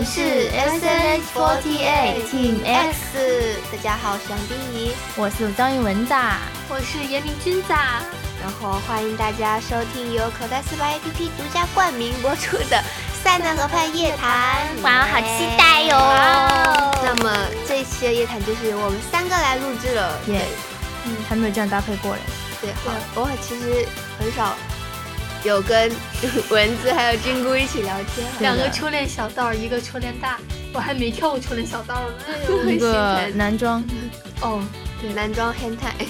是 SNS48 Team X。 大家好，我是杨冰怡， 我是张艺文仔， 我是严明君仔。 然后欢迎大家收听由口袋400 APP 独家冠名播出的塞纳河畔夜谈。 哇，好期待哟！ 那么这一期的夜谈就是由我们3个来录制了。 对，还没有这样搭配过嘞。 对，我其实很少有跟蚊子还有菌菇一起聊天。 2个初恋小道，1个初恋大，我还没跳过初恋小道呢。 一个男装， 哦，对， 男装 hentai。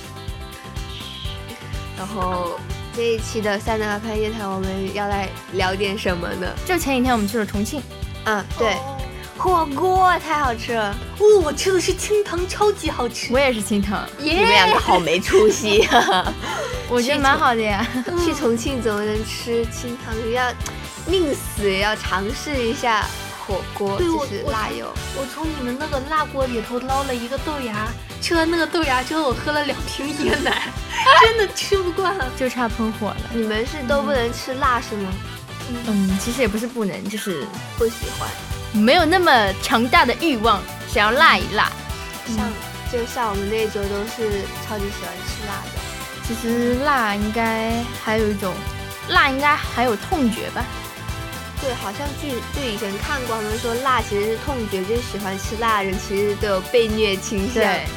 然后这一期的塞纳河畔夜谈，我们要来聊点什么呢？ 就前几天我们去了重庆。 对，火锅太好吃了。 我吃的是清汤，超级好吃。 我也是清汤。 你们2个好没出息。 我觉得蛮好的呀。 去重庆怎么能吃清汤？要宁死也要尝试一下火锅，就是辣油。 我从你们那个辣锅里头捞了一个豆芽，吃完那个豆芽之后，我喝了2瓶椰奶，真的吃不惯了， 就差喷火了。 你们是都不能吃辣是吗？ 其实也不是不能，就是不喜欢， 没有那么强大的欲望，想要辣一辣。 像我们那一桌都是超级喜欢吃辣的。 其实辣应该还有一种，辣应该还有痛觉吧？ 对，好像剧以前看过，他们说辣其实是痛觉，就是喜欢吃辣的人其实都有被虐倾向。 对，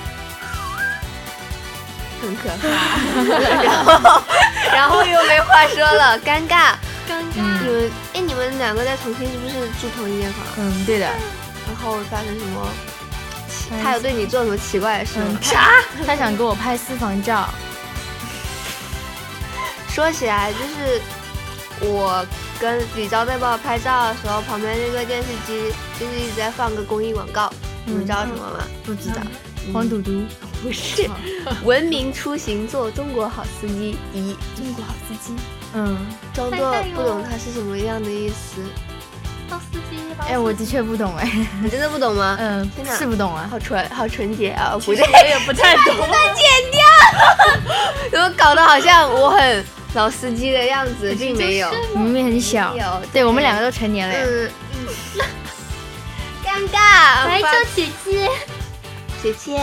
很可怕。然后又没话说了，尴尬。你们2个在重庆是不是住同一间房？ 对的。 然后发生什么？他有对你做什么奇怪的事吗？ 啥？ 他想给我拍私房照。 说起来，就是我跟李昭在帮我拍照的时候，旁边那个电视机就是一直在放个公益广告，你们知道什么吗？ 不知道。黄赌毒不是，文明出行做中国好司机1， 中国好司机。 装作不懂它是什么样的意思。 老司机。 我的确不懂你真的不懂吗？ 是不懂啊。 好纯洁啊！不对， 我也不太懂。 剪掉。怎么搞得好像我很老司机的样子，并没有， 明明很小。对，我们2个都成年了。 尴尬。 来叫姐姐。 姐姐，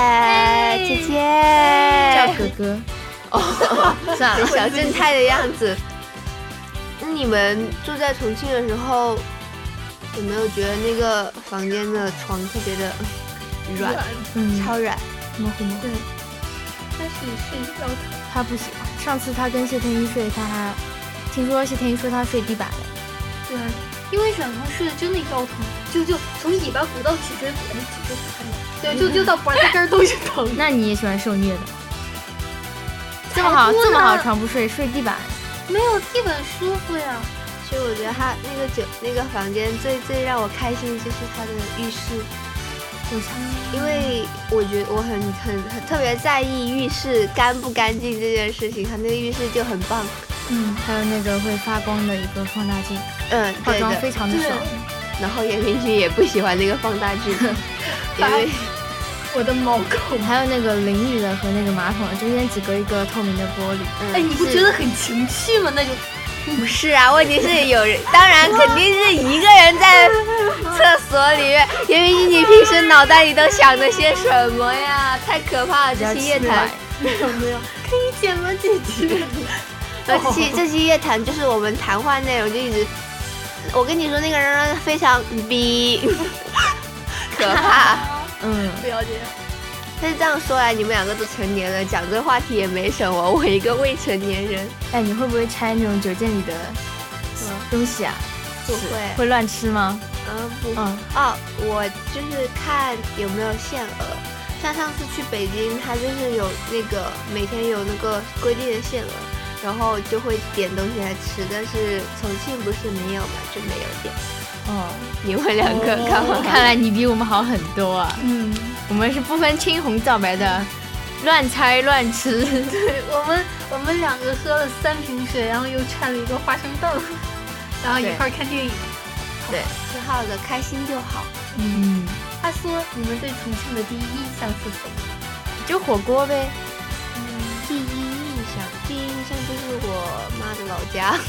叫哥哥。 算了，小正太的样子。那你们住在重庆的时候，有没有觉得那个房间的床特别的软？超软。 对，但是你睡腰疼。 他不喜欢。上次他跟谢天一睡，听说谢天一说他睡地板了。 对，因为软床睡的真的腰疼，就从尾巴骨到脊椎骨，对，就到脖子根都是疼。 那你也喜欢受虐的？这么好床不睡地板？ 没有地板舒服呀。 其实我觉得他那个房间最让我开心就是他的浴室。因为我觉得我很特别在意浴室干不干净这件事情，他那个浴室就很棒。 还有那个会发光的一个放大镜。化妆非常的爽。 然后严明君也不喜欢那个放大镜，因为我的毛孔。 还有那个淋浴的和那个马桶的中间只隔一个透明的玻璃。 你不觉得很情趣吗？那就不是啊，问题是有人，当然肯定是一个人在厕所里面。严明君，你平时脑袋里都想着些什么呀？太可怕了！这期夜谈没有，可以剪吗，姐姐？ 这期夜谈就是我们谈话内容就一直，我跟你说那个人非常逼，可怕。 不要这样。 但是这样说来，你们2个都成年了，讲这话题也没什么。我一个未成年人。 你会不会拆那种酒店里的东西啊？ 不会。 会乱吃吗？ 不。我就是看有没有限额。像上次去北京，他就是有那个每天有那个规定的限额，然后就会点东西来吃。但是重庆不是没有嘛，就没有点。你们2个干嘛？ 看来你比我们好很多啊。我们是不分青红皂白的，乱猜乱吃。 对，我们2个喝了3瓶水，然后又串了一个花生豆，然后一块看电影。 对，挺好的，开心就好。 他说你们对重庆的第一印象是什么？ 就火锅呗。 第一印象就是我妈的老家。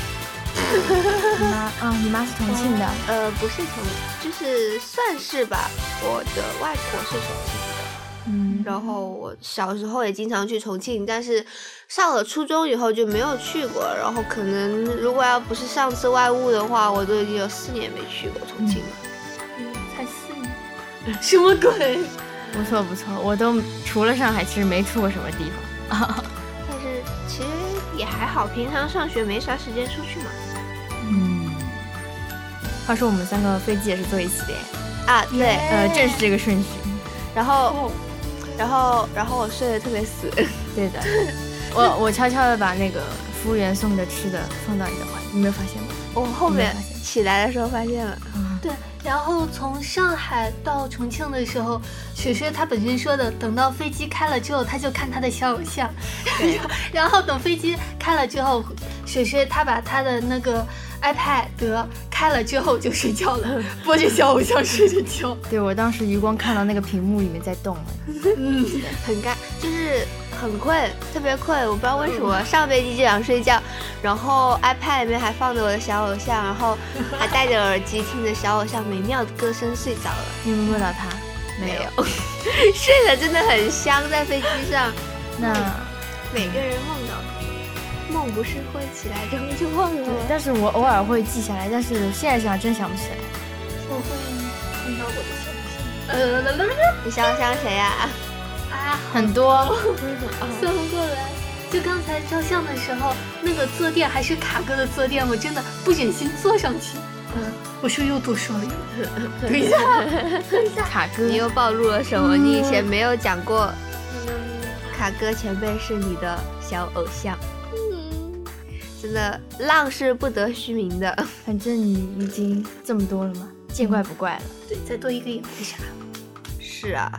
你妈是重庆的？ 不是就是算是吧。我的外婆是重庆的，然后我小时候也经常去重庆，但是上了初中以后就没有去过。然后可能如果要不是上次外务的话，我都已经有4年没去过重庆了。 才4年，什么鬼？ 不错不错，我都除了上海，其实没出过什么地方。 但是其实也还好，平常上学没啥时间出去嘛。 话说我们3个飞机也是坐一起的耶。 啊，对， 正是这个顺序。 然后我睡得特别死。 对的，我悄悄的把那个服务员送的吃的放到你的怀里，你没有发现吗？ 我后面起来的时候发现了。 对，然后从上海到重庆的时候，雪雪她本身说的，等到飞机开了之后，她就看她的小偶像。然后等飞机开了之后，雪雪她把她的那个 iPad 开了之后就睡觉了，播着小偶像睡着觉。 对，我当时余光看到那个屏幕里面在动了。 很干，就是很困，特别困，我不知道为什么。上飞机就想睡觉，然后 iPad 里面还放着我的小偶像，然后还戴着耳机听着小偶像美妙的歌声睡着了。 你有没有梦到他？ 没有。睡得真的很香，在飞机上。 那每个人梦到梦不是会起来之后就忘了。 对，但是我偶尔会记下来，但是现在想真想不起来。 我会看到我的小偶像。 你想想谁呀？ 很多。 算不过来。就刚才照相的时候，那个坐垫还是卡哥的坐垫，我真的不忍心坐上去。我是又多说了一个。等一下， 卡哥， 你又暴露了什么？你以前没有讲过。卡哥前辈是你的小偶像。真的浪是不得虚名的。 反正你已经这么多了嘛，见怪不怪了。 对，再多一个也没啥。 是啊。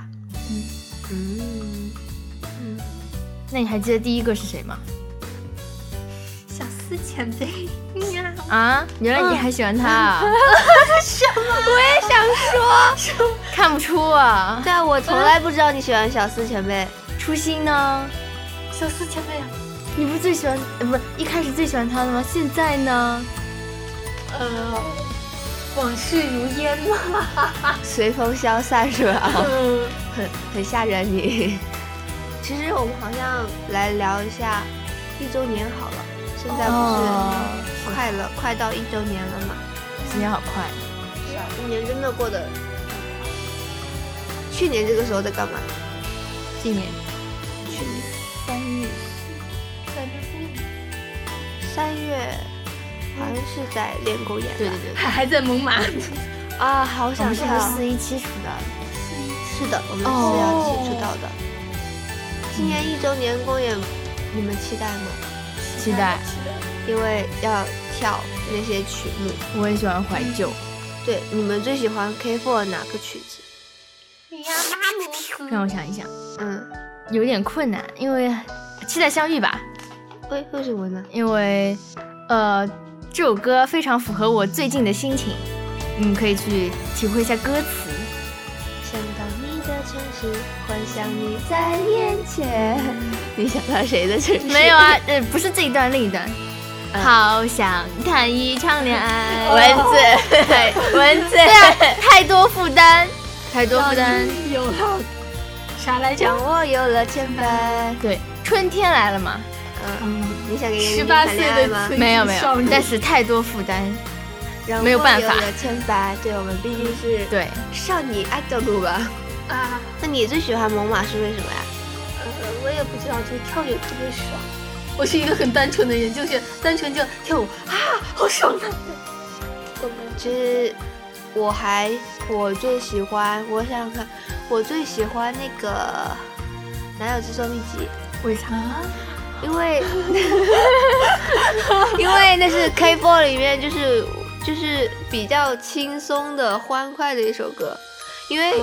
那你还记得第一个是谁吗？ 小思前辈。 啊，原来你还喜欢他啊？ 什么？我也想说。 看不出啊。 对啊，我从来不知道你喜欢小思前辈。 初心呢？ 小思前辈啊。 你不是最喜欢，不是一开始最喜欢他的吗？现在呢？ 往事如烟嘛。 随风消散是吧？很吓人你。其实我们好像来聊一下1周年好了。现在不是快到1周年了嘛？ 时间好快。 是啊，1年真的过得。去年这个时候在干嘛？ 今年。 去年3月好像是在练功演吧。 对对对， 还在猛犸。 啊，好想跳。 我们是417出道的。 是的，我们是417出道的。今年1周年公演，你们期待吗？ 期待， 因为要跳那些曲目。 我也喜欢怀旧。 对，你们最喜欢 K4 哪个曲子？ 让我想一想。有点困难，因为期待相遇吧。 为什么呢？ 因为这首歌非常符合我最近的心情，可以去体会一下歌词。 想到你的城市，幻想你在眼前。你想到谁的城市？ 没有啊，不是这一段，另一段。好想谈一场恋爱。文字，对啊，太多负担。 有了啥来着？ 我有了牵绊。 对，春天来了嘛。 你想给 18岁的吗？ 没有，但是太多负担，没有办法。 有了牵绊，对，我们毕竟是对少女爱豆路吧。那你最喜欢猛犸是为什么呀？ 我也不知道，就跳也特别爽。我是一个很单纯的人，就是单纯就跳舞好爽啊！ 其实我最喜欢，我想想看，我最喜欢那个《男友之手秘籍》。 为啥？ 因为那是 K4 里面就是比较轻松的欢快的一首歌。因为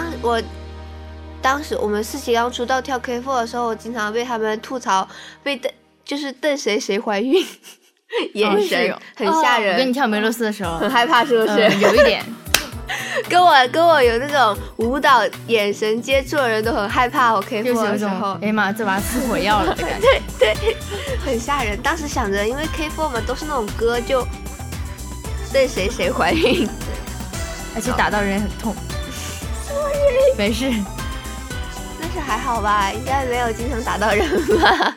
当时我们4期刚出道跳 K4 的时候，我经常被他们吐槽就是瞪谁怀孕，眼神很吓人。 我跟你跳梅洛斯的时候很害怕，是不是？ 有一点。 跟我有那种舞蹈眼神接触的人都很害怕我 K4 就是有的时种候， 哎呀妈，这把吃火药了的感觉。 对，很吓人。当时想着，因为 K4 嘛都是那种歌，就对谁怀孕， 而且打到人也很痛。没事， 但是还好吧，应该没有经常打到人吧。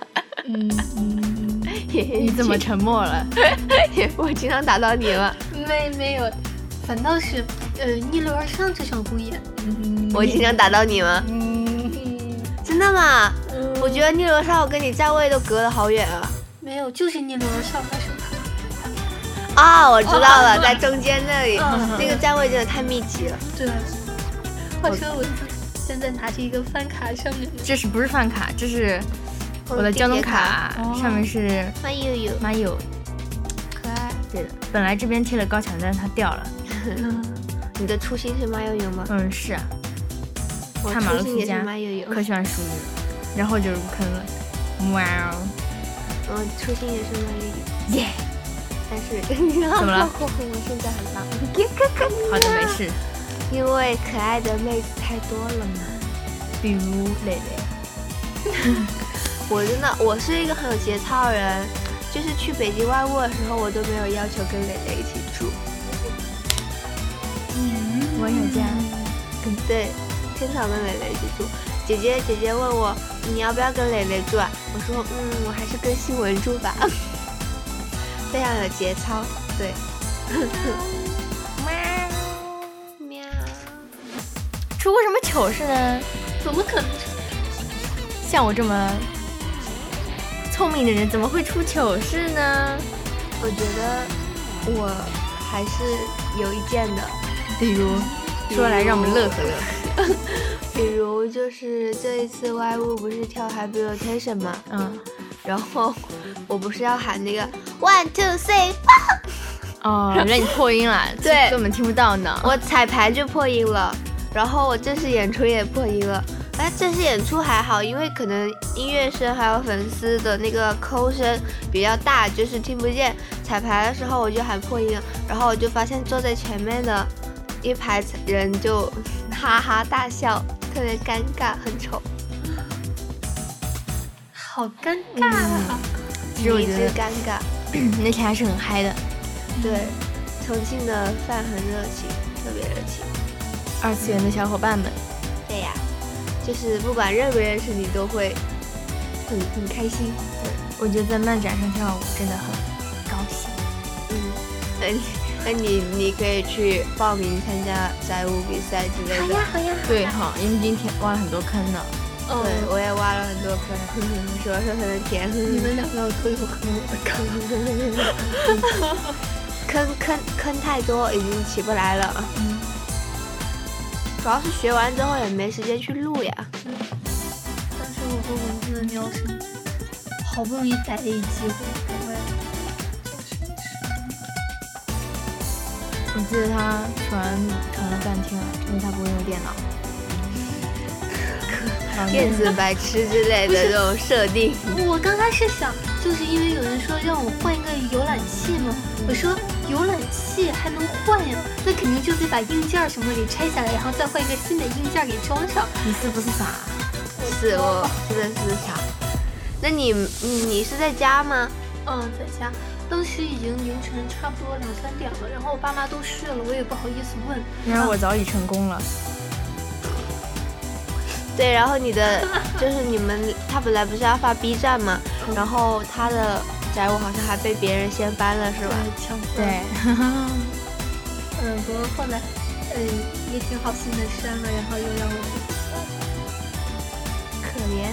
你怎么沉默了？ 我经常打到你了， 没有，反倒是逆流而上这场公演， 我经常打到你吗？真的吗？我觉得逆流而上我跟你站位都隔得好远啊。 没有，就是逆流而上那首歌。 啊，我知道了，在中间那里，那个站位真的太密集了。 对，话说我现在拿着一个饭卡，上面这是不是饭卡？这是我的交通卡，上面是妈友， 可爱。 对的，本来这边贴了高墙，但是它掉了。 你的初心是妈悠悠吗？ 是啊。 我看马路初心也是出家， 妈悠悠， 可喜欢淑女，然后就入坑了。哇哦！ 我初心也是妈悠悠， 耶！ 但是怎么了？ 我现在很忙。 好的，没事。 因为可爱的妹子太多了嘛， 比如蕾蕾。 我是一个很有节操的人，就是去北京外务的时候，我都没有要求跟蕾蕾一起住。 我有家。 对，经常跟蕾蕾一起住。姐姐问我你要不要跟蕾蕾住啊？我说我还是跟新闻住吧。非常有节操，对。喵。 出过什么糗事呢？ 怎么可能？ 像我这么聪明的人，怎么会出糗事呢？ 我觉得我还是有一件的。 比如说来让我们乐呵乐呵。 比如就是这一次 Y 舞不是跳 Habilitation 吗？然后我不是要喊那个 1 2 3 4。 让你破音了， 对， 根本听不到呢。 我彩排就破音了，然后我正式演出也破音了。正式演出还好，因为可能音乐声还有粉丝的那个抠声比较大，就是听不见。彩排的时候我就喊破音了，然后我就发现坐在前面的一排人就哈哈大笑，特别尴尬，很丑。 好尴尬啊！ 其实我觉得尴尬。 那天还是很嗨的。 对，重庆的饭很热情，特别热情。 二次元的小伙伴们。 对呀，就是不管认不认识你都会很开心。对， 我觉得在漫展上跳舞真的很高兴。 那你可以去报名参加宅舞比赛之类的。 好呀。 对哈，因为今天挖了很多坑呢。 对，我也挖了很多坑，什么时候才能填？ 你们两个都有坑，我的坑。 坑太多，已经起不来了。主要是学完之后也没时间去录呀。 但是我和蚊子的鸟声好不容易逮了一机会， 我记得他传了半天了，因为他不会用电脑。 电子白痴之类的这种设定。 我刚开始想，就是因为有人说让我换一个浏览器嘛，我说浏览器还能换呀，那肯定就得把硬件什么给拆下来，然后再换一个新的硬件给装上。 你是不是傻？ 是，我真的是傻。那你是在家吗？ 在家。当时已经凌晨差不多2、3点了，然后我爸妈都睡了，我也不好意思问。 然后我早已成功了。 对，然后就是他本来不是要发 B 站嘛，然后他的宅舞好像还被别人先搬了，是吧？ 对。不过后来，也挺好心的删了，然后又让我可怜。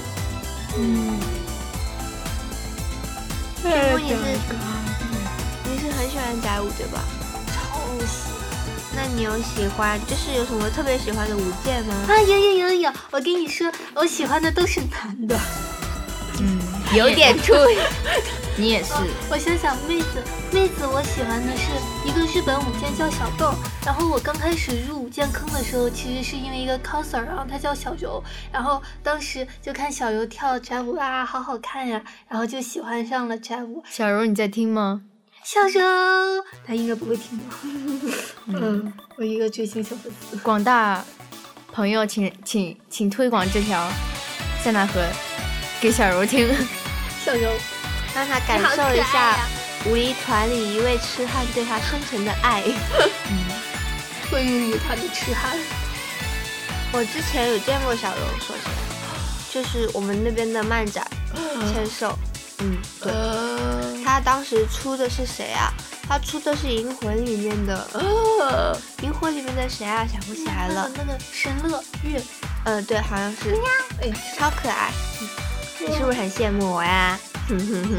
天空你是很喜欢宅舞对吧？ 超喜欢。 那你有喜欢，就是有什么特别喜欢的舞件吗？ 有，我跟你说，我喜欢的都是男的。 有点出。 你也是。 我想想，妹子，我喜欢的是一个日本舞剑叫小豆。然后我刚开始入舞剑坑的时候，其实是因为一个 coser， 然后他叫小柔，然后当时就看小柔跳宅舞啊，好好看呀，然后就喜欢上了宅舞。 小柔，你在听吗？ 小手，他应该不会听到。我一个追星小粉丝。 广大朋友请推广这条塞纳河给小柔听。 小柔， 让他感受一下武力团里一位痴汉对他深沉的爱。 关于女团的痴汉， 我之前有见过小柔，说起来，就是我们那边的漫展签售。对，他当时出的是谁啊？他出的是《银魂》里面的，《银魂》里面的谁啊？想不起来了。 那个神乐月， 对，好像是，超可爱。你是不是很羡慕我呀？ 话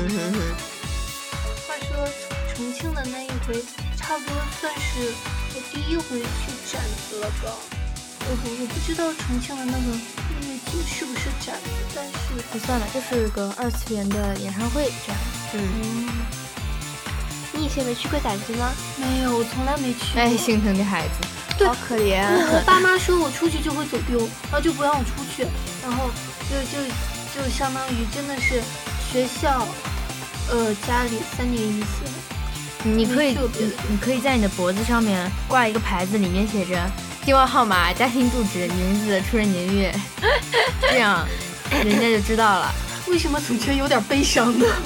说重庆的那一回，差不多算是我第一回去展子了吧。我不知道重庆的那个音乐节是不是展子，但是不算了，就是个二次元的演唱会这样。 你以前没去过展子吗？ 没有，我从来没去过。 心疼的孩子， 对， 好可怜。 我爸妈说我出去就会走丢，然后就不让我出去，然后就相当于真的是学校，家里3年一线。 你可以在你的脖子上面挂一个牌子，里面写着电话号码、家庭住址、名字、出生年月，这样人家就知道了。 为什么总觉得有点悲伤呢？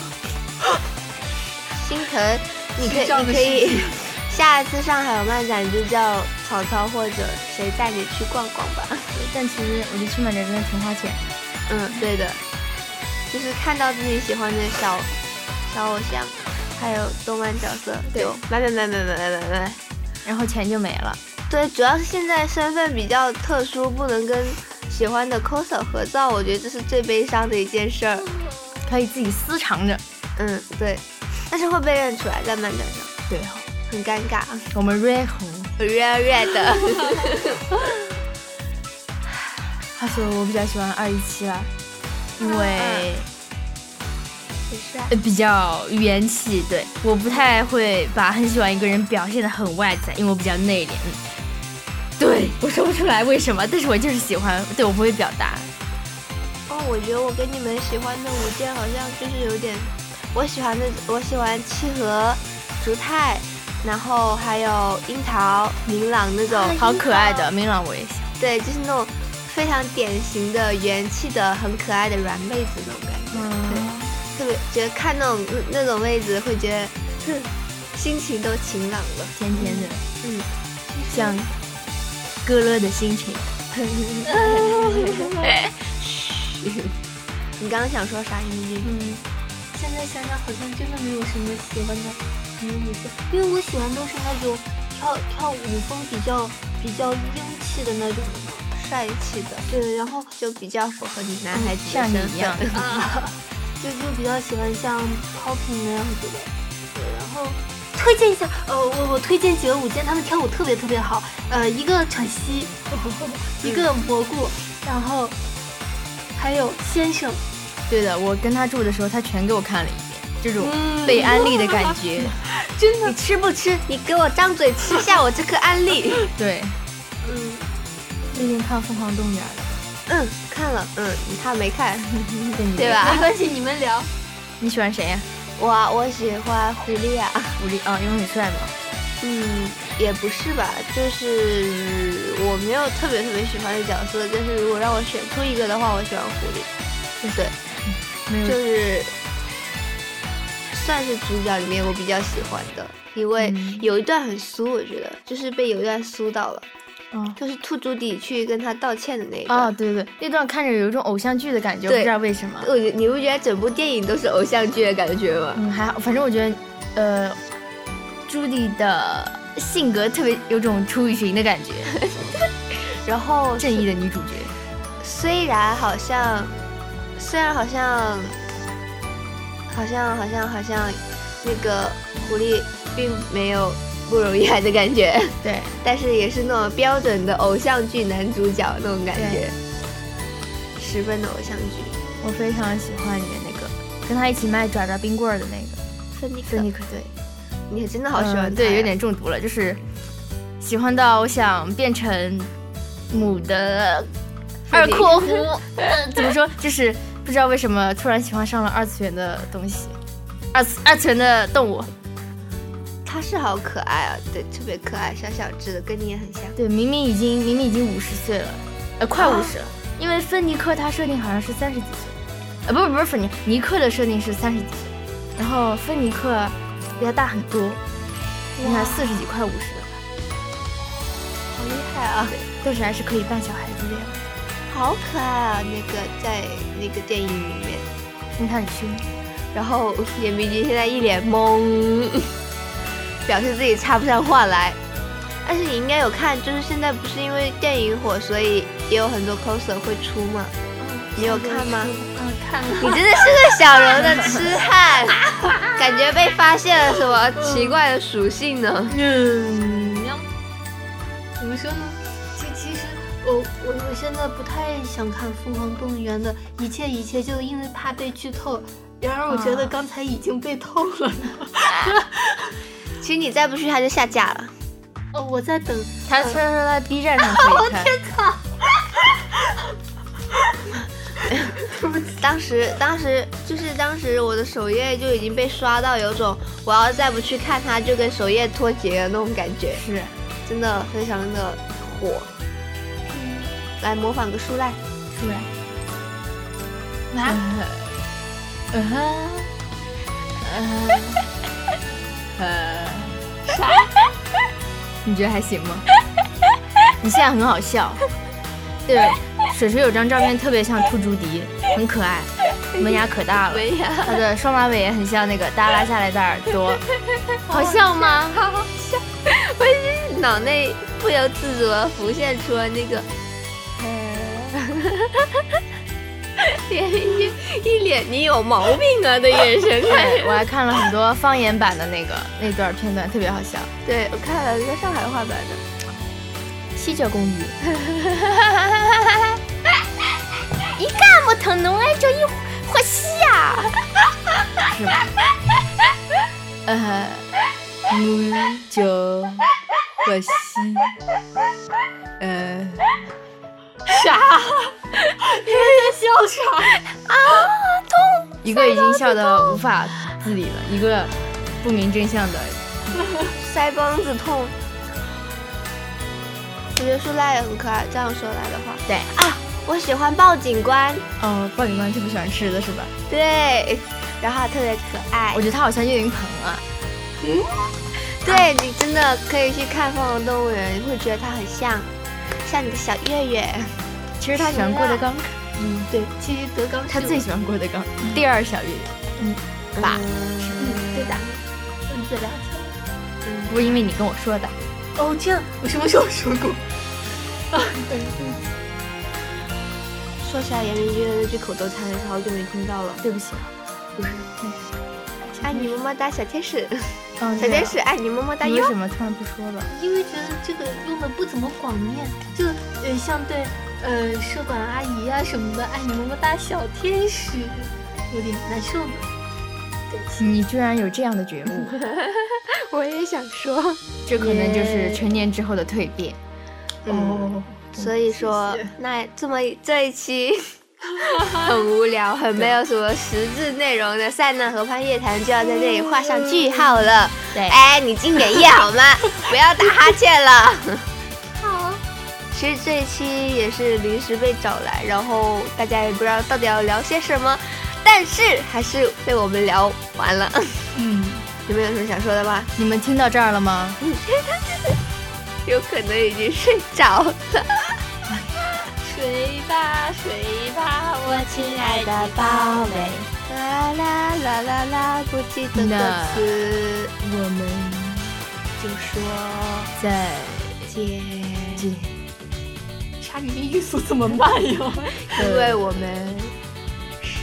心疼，你可以下一次上海有漫展就叫曹操或者谁带你去逛逛吧。 但其实我觉得去漫展真的挺花钱。 对的，就是看到自己喜欢的小偶像，还有动漫角色，就买， 然后钱就没了。 对，主要是现在身份比较特殊，不能跟喜欢的 coser 合照，我觉得这是最悲伤的一件事儿。 可以自己私藏着。 对，但是会被认出来在漫展上。 对， 很尴尬。 我们 red 红 red 的。 话说我比较喜欢217啦，因为比较元气。对，我不太会把很喜欢一个人表现得很外在，因为我比较内敛。对，我说不出来为什么，但是我就是喜欢，对，我不会表达。 我觉得我跟你们喜欢的舞剑好像就是有点，我喜欢七和、竹太，然后还有樱桃、明朗那种， 好可爱的明朗我也喜欢。 对，就是那种非常典型的元气的、很可爱的软妹子那种感觉。对，特别觉得看那种妹子会觉得，心情都晴朗了， 甜甜的，像歌乐的心情。 你刚刚想说啥？ 现在想想好像真的没有什么喜欢的女舞者，因为我喜欢都是那种跳舞风比较英气的那种帅气的。 对，然后就比较符合你男孩子像你一样就比较喜欢像 Popping 那样子的。对，然后推荐一下，我推荐几个舞剑，他们跳舞特别好。一个喘息，一个蘑菇，然后还有先生。 对的，我跟他住的时候，他全给我看了一遍，这种被安利的感觉。 真的， 你吃不吃？你给我张嘴吃下我这颗安利。 对，最近看《疯狂动物园》 了。看了，他没看，对吧？ 没关系，你们聊。 你喜欢谁呀？ 我喜欢狐狸啊。 狐狸因为很帅嘛。 也不是吧，就是我没有特别喜欢的角色，就是如果让我选出一个的话，我喜欢狐狸。对，就是算是主角里面我比较喜欢的，因为有一段很酥，我觉得就是被有一段酥到了。就是兔朱迪去跟他道歉的那一段。 对，那段看着有一种偶像剧的感觉，不知道为什么。 你不觉得整部电影都是偶像剧的感觉吗？ 还好，反正我觉得，朱迪的性格特别有种楚雨荨的感觉， 然后正义的女主角。 虽然好像那个狐狸并没有不容易爱的感觉， 对， 但是也是那种标准的偶像剧男主角那种感觉，十分的偶像剧。 我非常喜欢里面那个跟他一起卖爪爪冰棍的那个芬尼克，对， 你真的好喜欢他。 对，有点中毒了，就是喜欢到我想变成母的二括弧，怎么说，就是不知道为什么突然喜欢上了二次元的东西，二次元的动物。 他是好可爱啊，对，特别可爱，小小只的，跟你也很像。 对，明明已经50岁了，快50了，因为芬尼克他设定好像是30几岁，不是芬尼克的设定是30几岁，然后芬尼克比他大很多，你看40几快50了， 好厉害啊！ 但是还是可以扮小孩子的呀。 好可爱啊！那个在那个电影里面， 因为他很凶。 然后严明君现在一脸懵，表示自己插不上话来。但是你应该有看，就是现在不是因为电影火，所以也有很多 coser 会出嘛。你有看吗？ 看了。 你真的是个小柔的痴汉，感觉被发现了什么奇怪的属性呢？ 怎么说呢？其实我现在不太想看《疯狂动物园》的一切，就因为怕被剧透。然而我觉得刚才已经被透了。 其实你再不去，它就下架了。 我在等他说在 B 站上可以看。 天哪！ 当时我的首页就已经被刷到有种我要再不去看它就跟首页脱节的那种感觉， 是真的非常的火。来模仿个舒赖， 啥？你觉得还行吗？你现在很好笑。对，水水有张照片特别像兔朱迪，很可爱，门牙可大了，他的双马尾也很像那个耷拉下来的耳朵，好笑吗？ 好笑！我是脑内不由自主地浮现出了那个，一脸你有毛病啊的眼神看。 我还看了很多方言版的那段片段，特别好笑。 对，我看了一个上海话版的。 西郊公寓。一干么疼侬爱叫一喝西呀？是吧？我叫喝西。 啥？你在笑啥？ 痛！一个已经笑得无法自理了，一个不明真相的腮帮子痛。我觉得舒赖也很可爱，这样说来的话， 对啊，我喜欢鲍警官。 鲍警官特别喜欢吃的是吧？ 对，然后特别可爱。 我觉得他好像岳云鹏啊。 对，你真的可以去看《疯狂动物园》，你会觉得他很像你的小月月。 其实他喜欢郭德纲。 对，其实德纲他最喜欢郭德纲，第二小月月。吧？ 对的。自了解了。 不是因为你跟我说的。 这样，我什么时候说过？ 说起来，严明君的那句口头禅也是好久没听到了。 对不起， 不是，爱你么么哒，小天使。小天使爱你么么哒。 你为什么突然不说了？ 因为觉得这个用的不怎么广面，就像对社管阿姨啊什么的，爱你么么哒，小天使，有点难受呢。对不起， 你居然有这样的觉悟。 我也想说， 这可能就是成年之后的蜕变。 所以说，那这一期很无聊，很没有什么实质内容的塞纳河畔夜谈就要在这里画上句号了。 对， 哎，你近点夜好吗？不要打哈欠了。 好。 其实这一期也是临时被找来，然后大家也不知道到底要聊些什么，但是还是被我们聊完了。你们有什么想说的吗？ 你们听到这儿了吗？ 有可能已经睡着了。 睡吧，睡吧，我亲爱的宝贝。 啦啦啦啦啦，不记得歌词， 我们就说再见。 啥？你的语速这么慢呀？ 因为我们是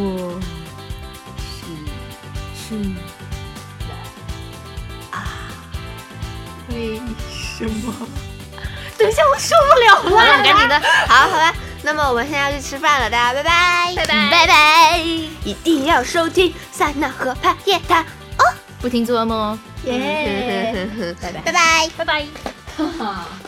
为什么？等一下，我受不了了！ 赶紧的，好吧。那么我们现在要去吃饭了，大家拜拜， 拜拜， 一定要收听塞纳河畔夜谈哦， 不听做噩梦哦。 耶！ 拜拜， 拜拜， 拜拜。